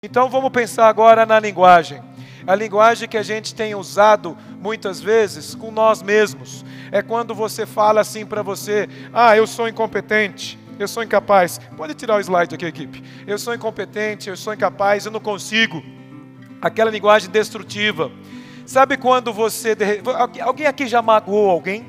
Então vamos pensar agora na linguagem. A linguagem que a gente tem usado muitas vezes com nós mesmos. É quando você fala assim para você: ah, eu sou incompetente, eu sou incapaz. Pode tirar o slide aqui, equipe. Eu sou incompetente, eu sou incapaz, eu não consigo. Aquela linguagem destrutiva. Sabe quando você... Alguém aqui já magoou alguém?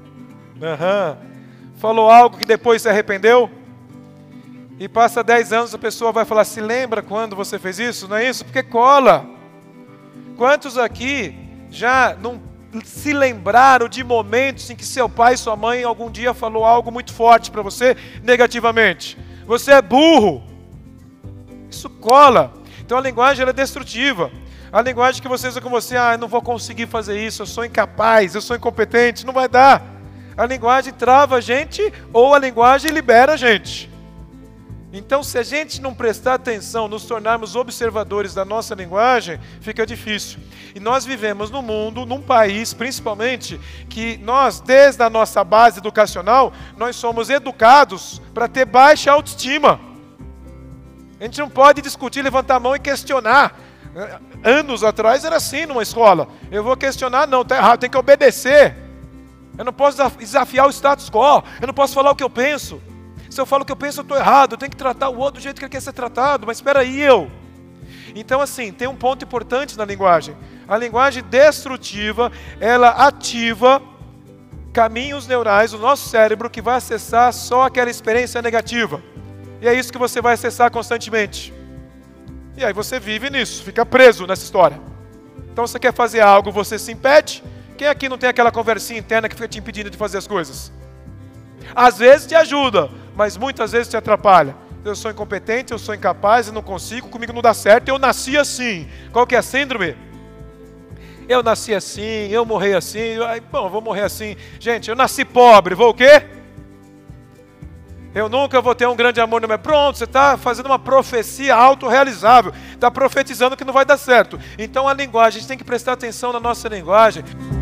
Falou algo que depois se arrependeu? E passa 10 anos, a pessoa vai falar: se lembra quando você fez isso? Não é isso? Porque cola. Quantos aqui já não se lembraram de momentos em que seu pai e sua mãe algum dia falou algo muito forte para você, negativamente? Você é burro. Isso cola. Então a linguagem ela é destrutiva. A linguagem que você usa com você: ah, eu não vou conseguir fazer isso, eu sou incapaz, eu sou incompetente, não vai dar. A linguagem trava a gente ou a linguagem libera a gente. Então, se a gente não prestar atenção, nos tornarmos observadores da nossa linguagem, fica difícil. E nós vivemos num mundo, num país, principalmente, que nós, desde a nossa base educacional, nós somos educados para ter baixa autoestima. A gente não pode discutir, levantar a mão e questionar. Anos atrás era assim numa escola. Eu vou questionar, não, está errado, tem que obedecer. Eu não posso desafiar o status quo, eu não posso falar o que eu penso. Se eu falo o que eu penso, eu estou errado. Eu tenho que tratar o outro do jeito que ele quer ser tratado. Mas espera aí, eu. Então, assim, tem um ponto importante na linguagem. A linguagem destrutiva, ela ativa caminhos neurais do nosso cérebro que vai acessar só aquela experiência negativa. E é isso que você vai acessar constantemente. E aí você vive nisso, fica preso nessa história. Então, você quer fazer algo, você se impede. Quem aqui não tem aquela conversinha interna que fica te impedindo de fazer as coisas? Às vezes te ajuda, mas muitas vezes te atrapalha. Eu sou incompetente, eu sou incapaz, eu não consigo, comigo não dá certo, eu nasci assim. Qual que é a síndrome? Eu nasci assim, eu morri assim, bom, eu vou morrer assim. Gente, eu nasci pobre, vou o quê? Eu nunca vou ter um grande amor no meu... Pronto, você está fazendo uma profecia autorrealizável. Está profetizando que não vai dar certo. Então a linguagem, a gente tem que prestar atenção na nossa linguagem.